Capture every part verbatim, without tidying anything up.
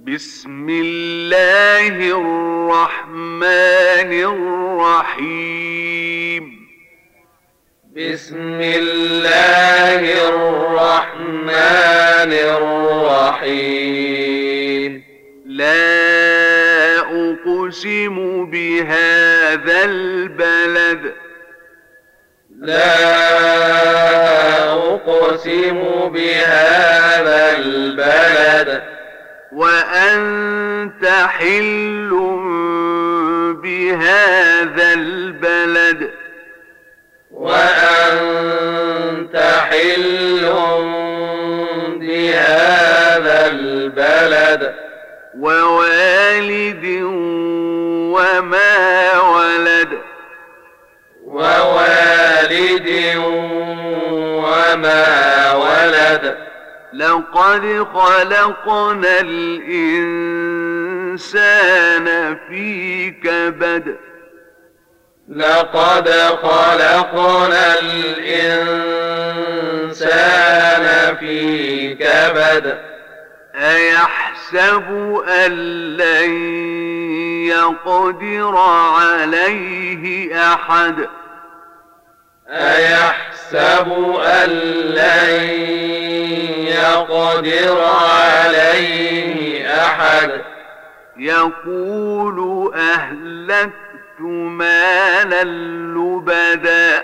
بسم الله الرحمن الرحيم بسم الله الرحمن الرحيم لا أقسم بهذا البلد لا أقسم بهذا البلد وأنت حل بهذا البلد وأنت حل بهذا البلد ووالد وما ولد ووالد وما ولد لقد خلقنا الإنسان في كبد لقد خلقنا الإنسان في كبد أيحسب أن لن يقدر عليه أحد أيحسب أن لن يقدر عليه أحد يقول أهلكت مالا لبدا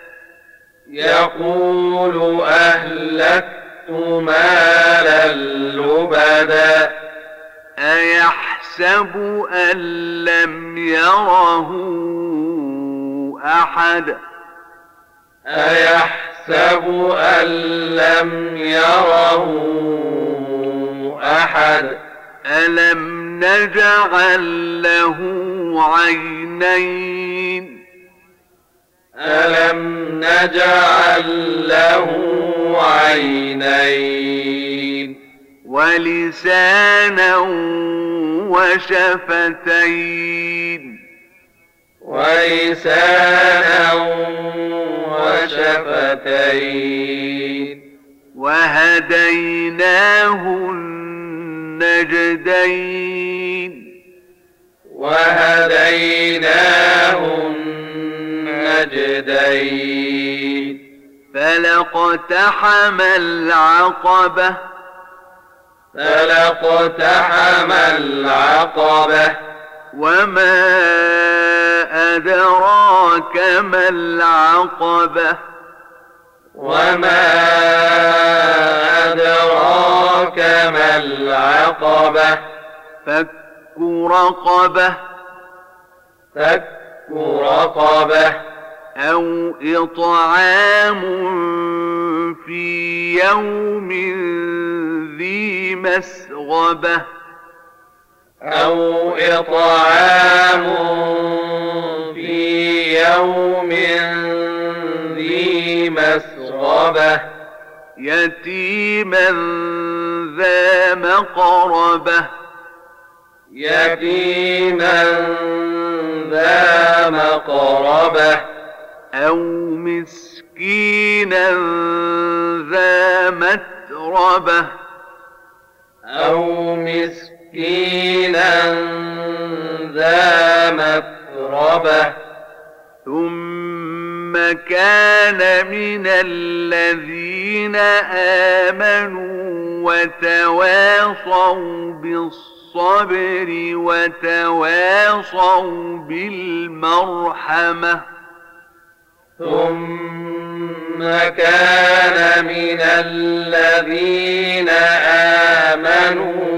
يقول أهلكت مالا لبدا أيحسب أن لم يره أحد أيحسب أن لم يره أحد ألم نجعل له عينين ألم نجعل له عينين ولسانا وشفتين ولسانا وشفتين وهديناه النجدين وهديناه النجدين فلاقتحم العقبة فلاقتحم العقبة وما أدراك ما العقبة وما أدراك ما العقبة فك رقبة فك رقبة أو إطعام في يوم ذي مسغبة أو إطعام في يوم ذي مسغبة يتيما ذا مقربة يتيما ذا مقربة أو مسكينا ذا متربة أو مسكينا ذا متربة ثم كان من الذين آمنوا وتواصوا بالصبر وتواصوا بالمرحمة ثم كان من الذين آمنوا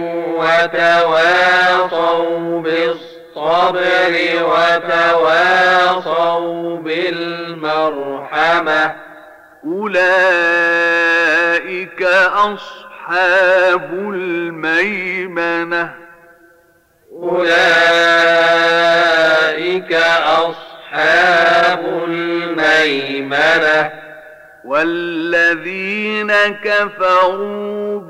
وتواصوا بالصبر وتواصوا بالمرحمة أولئك أصحاب الميمنة أولئك أصحاب الميمنة والذين كفروا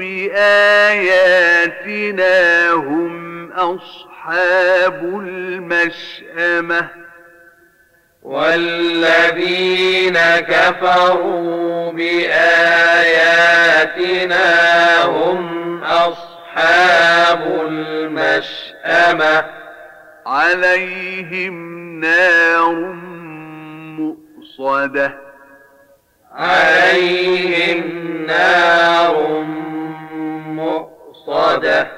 بآياتنا هم أصحاب المشأمة والذين كفروا بآياتنا هم أصحاب المشأمة مشأمة عليهم نار مؤصدة عليهم نار مؤصدة